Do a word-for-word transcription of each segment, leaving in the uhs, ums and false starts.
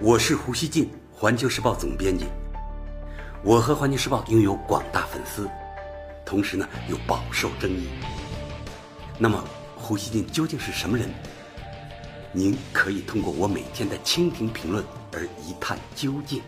我是胡锡进，环球时报总编辑。我和环球时报拥有广大粉丝，同时呢又饱受争议。那么胡锡进究竟是什么人？您可以通过我每天的蜻蜓评论而一探究竟。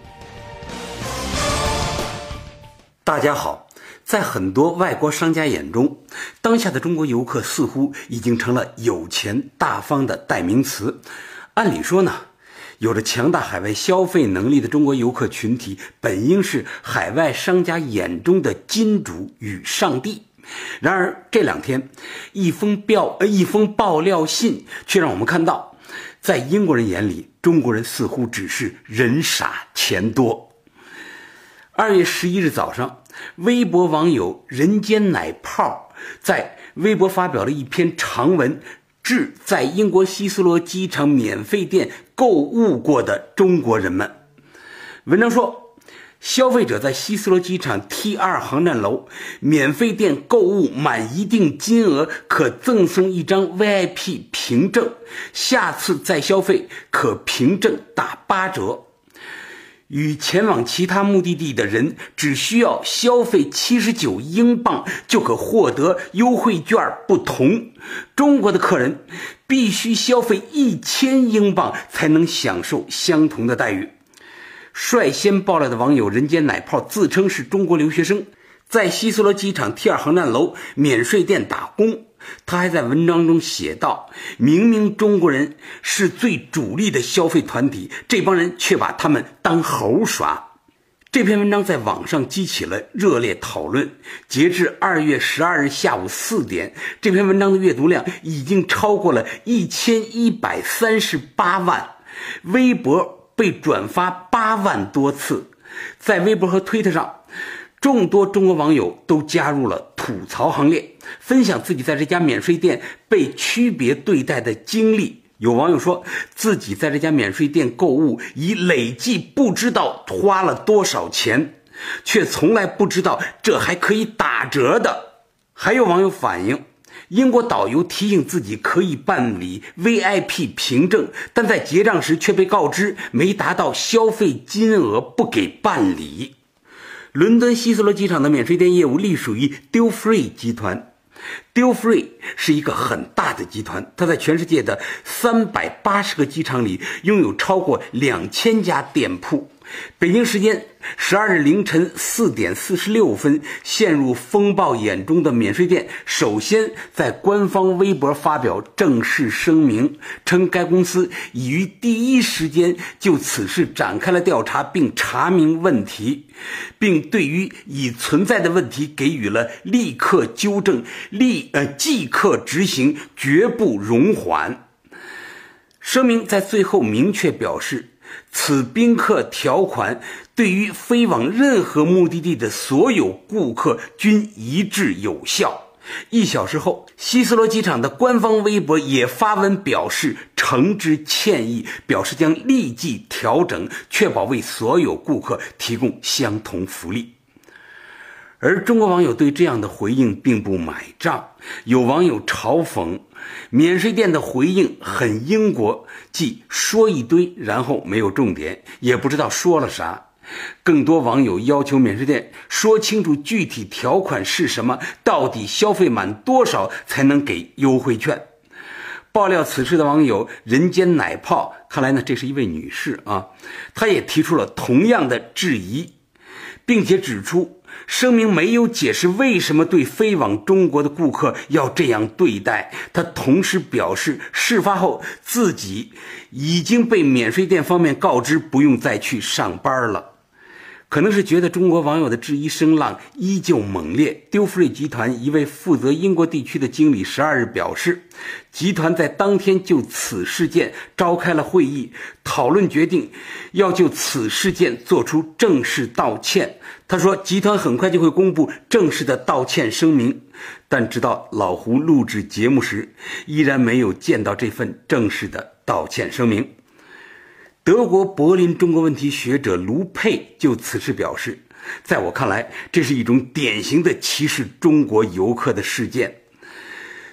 大家好，在很多外国商家眼中，当下的中国游客似乎已经成了有钱大方的代名词。按理说呢，有着强大海外消费能力的中国游客群体本应是海外商家眼中的金主与上帝。然而这两天一封爆呃一封爆料信却让我们看到，在英国人眼里，中国人似乎只是人傻钱多。二月十一日早上，微博网友人间奶泡在微博发表了一篇长文，致在英国希斯罗机场免费店购物过的中国人们。文章说，消费者在希斯罗机场 T 二 航站楼免费店购物满一定金额可赠送一张 V I P 凭证，下次再消费可凭证打八折。与前往其他目的地的人只需要消费七十九英镑就可获得优惠券不同，中国的客人必须消费一千英镑才能享受相同的待遇。率先爆料的网友人间奶泡自称是中国留学生，在希斯罗机场 T 二 航站楼免税店打工。他还在文章中写道，明明中国人是最主力的消费团体，这帮人却把他们当猴耍。这篇文章在网上激起了热烈讨论。截至二月十二日下午四点，这篇文章的阅读量已经超过了一千一百三十八万，微博被转发八万多次。在微博和推特上，众多中国网友都加入了吐槽行列，分享自己在这家免税店被区别对待的经历。有网友说，自己在这家免税店购物已累计不知道花了多少钱，却从来不知道这还可以打折的。还有网友反映，英国导游提醒自己可以办理 V I P 凭证，但在结账时却被告知没达到消费金额不给办理。伦敦希斯罗机场的免税店业务隶属于 Deal Free 集团。Deal Free 是一个很大的集团，它在全世界的三百八十个机场里拥有超过两千家店铺。北京时间十二日凌晨四点四十六分，陷入风暴眼中的免税店首先在官方微博发表正式声明，称该公司已于第一时间就此事展开了调查并查明问题，并对于已存在的问题给予了立刻纠正、立呃即刻执行，绝不容缓。声明在最后明确表示，此宾客条款对于飞往任何目的地的所有顾客均一致有效。一小时后，希斯罗机场的官方微博也发文表示诚挚歉意，表示将立即调整，确保为所有顾客提供相同福利。而中国网友对这样的回应并不买账，有网友嘲讽免税店的回应很英国，即说一堆然后没有重点，也不知道说了啥。更多网友要求免税店说清楚具体条款是什么，到底消费满多少才能给优惠券。爆料此事的网友人间奶泡，看来呢这是一位女士啊，她也提出了同样的质疑，并且指出声明没有解释为什么对飞往中国的顾客要这样对待。他同时表示，事发后自己已经被免税店方面告知不用再去上班了。可能是觉得中国网友的质疑声浪依旧猛烈，Deal Free集团一位负责英国地区的经理十二日表示，集团在当天就此事件召开了会议，讨论决定要就此事件做出正式道歉。他说，集团很快就会公布正式的道歉声明，但直到老胡录制节目时，依然没有见到这份正式的道歉声明。德国柏林中国问题学者卢佩就此事表示，在我看来，这是一种典型的歧视中国游客的事件。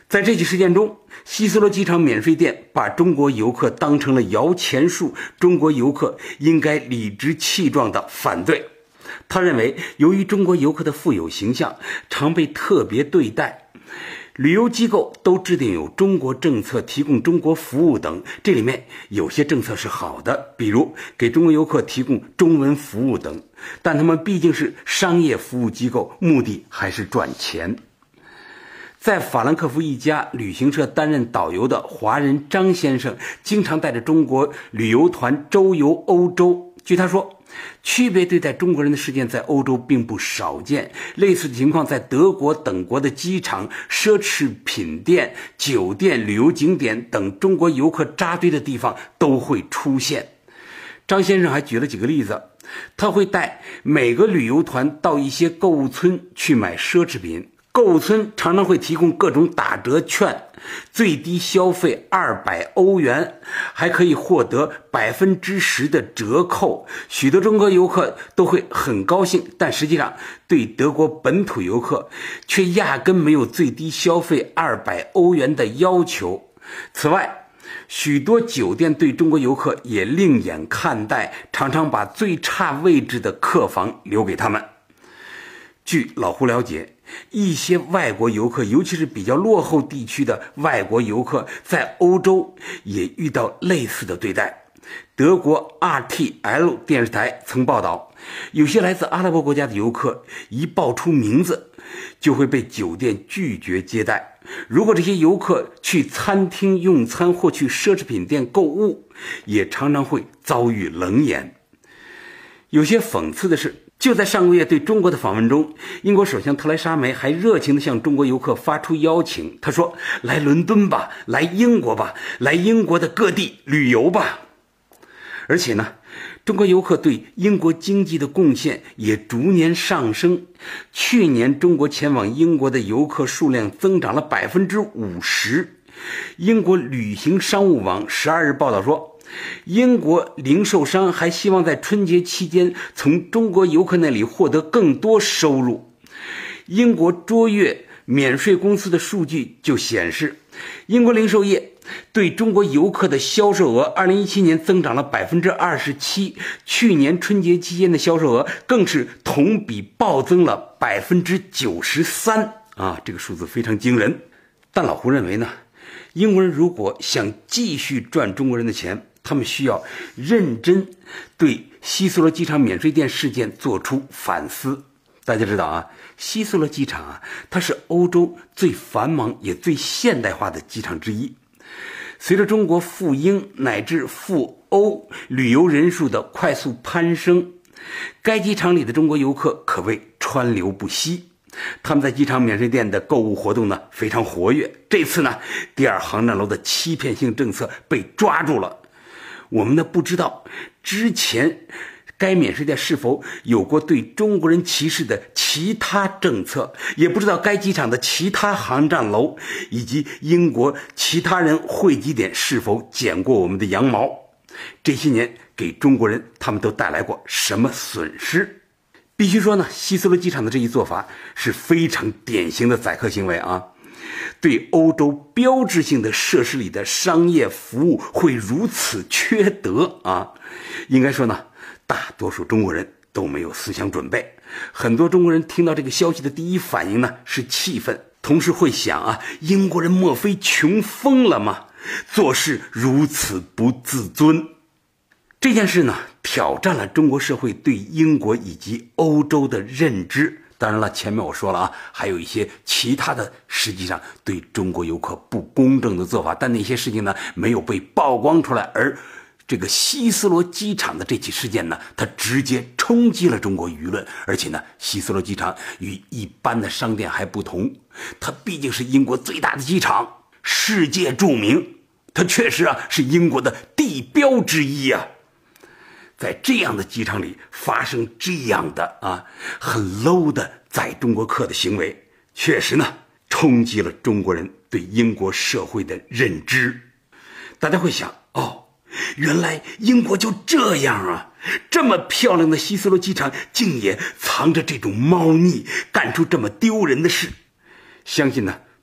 在这起事件中，希斯罗机场免税店把中国游客当成了摇钱树，中国游客应该理直气壮地反对。他认为，由于中国游客的富有形象常被特别对待，旅游机构都制定有中国政策，提供中国服务等，这里面有些政策是好的，比如给中国游客提供中文服务等，但他们毕竟是商业服务机构，目的还是赚钱。在法兰克福一家旅行社担任导游的华人张先生，经常带着中国旅游团周游欧洲。据他说，区别对待中国人的事件在欧洲并不少见，类似的情况在德国等国的机场、奢侈品店、酒店、旅游景点等中国游客扎堆的地方都会出现。张先生还举了几个例子，他会带每个旅游团到一些购物村去买奢侈品，购物村常常会提供各种打折券，最低消费二百欧元，还可以获得百分之十的折扣。许多中国游客都会很高兴，但实际上对德国本土游客却压根没有最低消费二百欧元的要求。此外，许多酒店对中国游客也另眼看待，常常把最差位置的客房留给他们。据老胡了解，一些外国游客，尤其是比较落后地区的外国游客，在欧洲也遇到类似的对待。德国 R T L 电视台曾报道，有些来自阿拉伯国家的游客一报出名字，就会被酒店拒绝接待。如果这些游客去餐厅用餐或去奢侈品店购物，也常常会遭遇冷眼。有些讽刺的是，就在上个月对中国的访问中，英国首相特蕾莎梅还热情地向中国游客发出邀请。她说，来伦敦吧，来英国吧，来英国的各地旅游吧。而且呢，中国游客对英国经济的贡献也逐年上升。去年中国前往英国的游客数量增长了 百分之五十。 英国旅行商务网十二日报道说，英国零售商还希望在春节期间从中国游客那里获得更多收入。英国卓越免税公司的数据就显示，英国零售业对中国游客的销售额二零一七年增长了 百分之二十七， 去年春节期间的销售额更是同比暴增了 百分之九十三 啊，这个数字非常惊人。但老胡认为呢，英国人如果想继续赚中国人的钱，他们需要认真对希斯罗机场免税店事件做出反思。大家知道啊，希斯罗机场啊，它是欧洲最繁忙也最现代化的机场之一。随着中国赴英乃至赴欧旅游人数的快速攀升，该机场里的中国游客可谓川流不息。他们在机场免税店的购物活动呢非常活跃。这次呢，第二航站楼的欺骗性政策被抓住了。我们呢不知道之前该免税店是否有过对中国人歧视的其他政策，也不知道该机场的其他航站楼以及英国其他人汇集点是否剪过我们的羊毛。这些年给中国人他们都带来过什么损失？必须说呢，希斯罗机场的这一做法是非常典型的宰客行为啊！对欧洲标志性的设施里的商业服务会如此缺德啊！应该说呢，大多数中国人都没有思想准备。很多中国人听到这个消息的第一反应呢是气愤，同时会想啊，英国人莫非穷疯了吗？做事如此不自尊。这件事呢，挑战了中国社会对英国以及欧洲的认知。当然了，前面我说了啊，还有一些其他的实际上对中国游客不公正的做法，但那些事情呢没有被曝光出来。而这个希斯罗机场的这起事件呢，它直接冲击了中国舆论。而且呢，希斯罗机场与一般的商店还不同，它毕竟是英国最大的机场，世界著名，它确实啊是英国的地标之一啊。在这样的机场里发生这样的啊很 low 的宰中国客的行为，确实呢冲击了中国人对英国社会的认知。大家会想，哦，原来英国就这样啊，这么漂亮的希斯罗机场竟也藏着这种猫腻，干出这么丢人的事。相信呢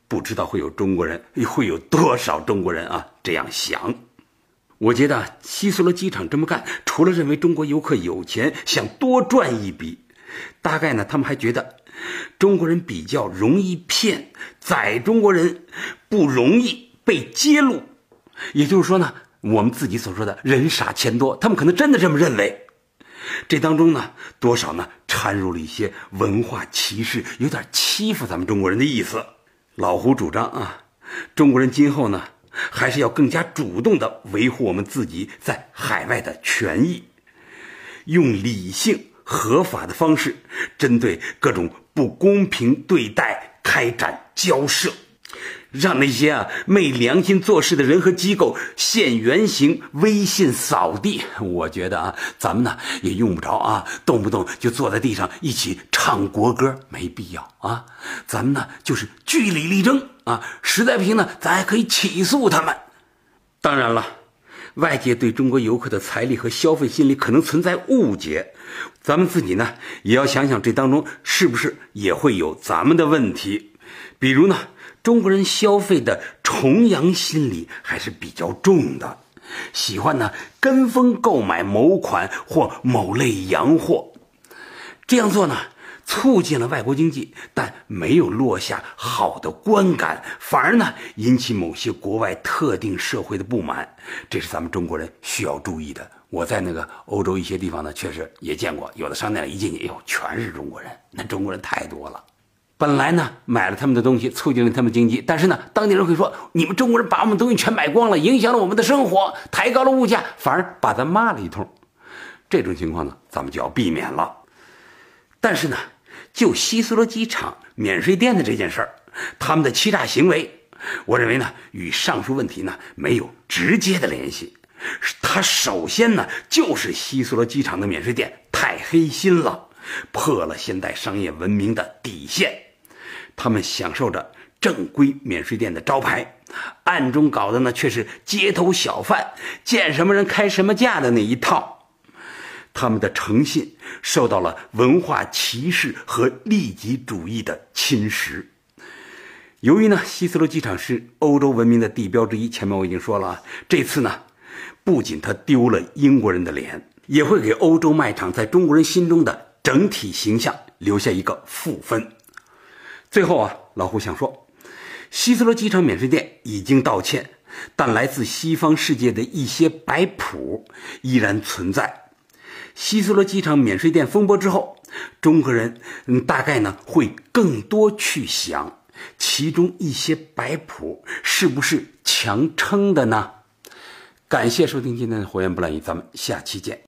不知道会有中国人，会有多少中国人啊这样想。我觉得希斯罗机场这么干，除了认为中国游客有钱想多赚一笔，大概呢他们还觉得中国人比较容易骗，宰中国人不容易被揭露。也就是说呢，我们自己所说的人傻钱多，他们可能真的这么认为。这当中呢，多少呢掺入了一些文化歧视，有点欺负咱们中国人的意思。老胡主张啊，中国人今后呢还是要更加主动地维护我们自己在海外的权益，用理性合法的方式针对各种不公平对待开展交涉，让那些啊昧良心做事的人和机构现原形，微信扫地。我觉得啊，咱们呢也用不着啊，动不动就坐在地上一起唱国歌，没必要啊。咱们呢就是据理力争啊，实在不行呢，咱还可以起诉他们。当然了，外界对中国游客的财力和消费心理可能存在误解，咱们自己呢也要想想这当中是不是也会有咱们的问题。比如呢，中国人消费的崇洋心理还是比较重的，喜欢呢跟风购买某款或某类洋货。这样做呢，促进了外国经济，但没有落下好的观感，反而呢引起某些国外特定社会的不满，这是咱们中国人需要注意的。我在那个欧洲一些地方呢，确实也见过，有的商店一进去，哎呦，全是中国人，那中国人太多了。本来呢买了他们的东西，促进了他们经济，但是呢当地人会说，你们中国人把我们东西全买光了，影响了我们的生活，抬高了物价，反而把咱骂了一通。这种情况呢咱们就要避免了。但是呢，就希斯罗机场免税店的这件事儿，他们的欺诈行为，我认为呢与上述问题呢没有直接的联系。他首先呢就是希斯罗机场的免税店太黑心了，破了现代商业文明的底线。他们享受着正规免税店的招牌，暗中搞的呢却是街头小贩，见什么人开什么价的那一套。他们的诚信受到了文化歧视和利己主义的侵蚀。由于呢希斯罗机场是欧洲文明的地标之一，前面我已经说了，这次呢不仅他丢了英国人的脸，也会给欧洲卖场在中国人心中的整体形象留下一个负分。最后啊，老胡想说，希斯罗机场免税店已经道歉，但来自西方世界的一些摆谱依然存在。希斯罗机场免税店风波之后，中国人嗯大概呢会更多去想，其中一些摆谱是不是强撑的呢？感谢收听今天的火焰不烂语，咱们下期见。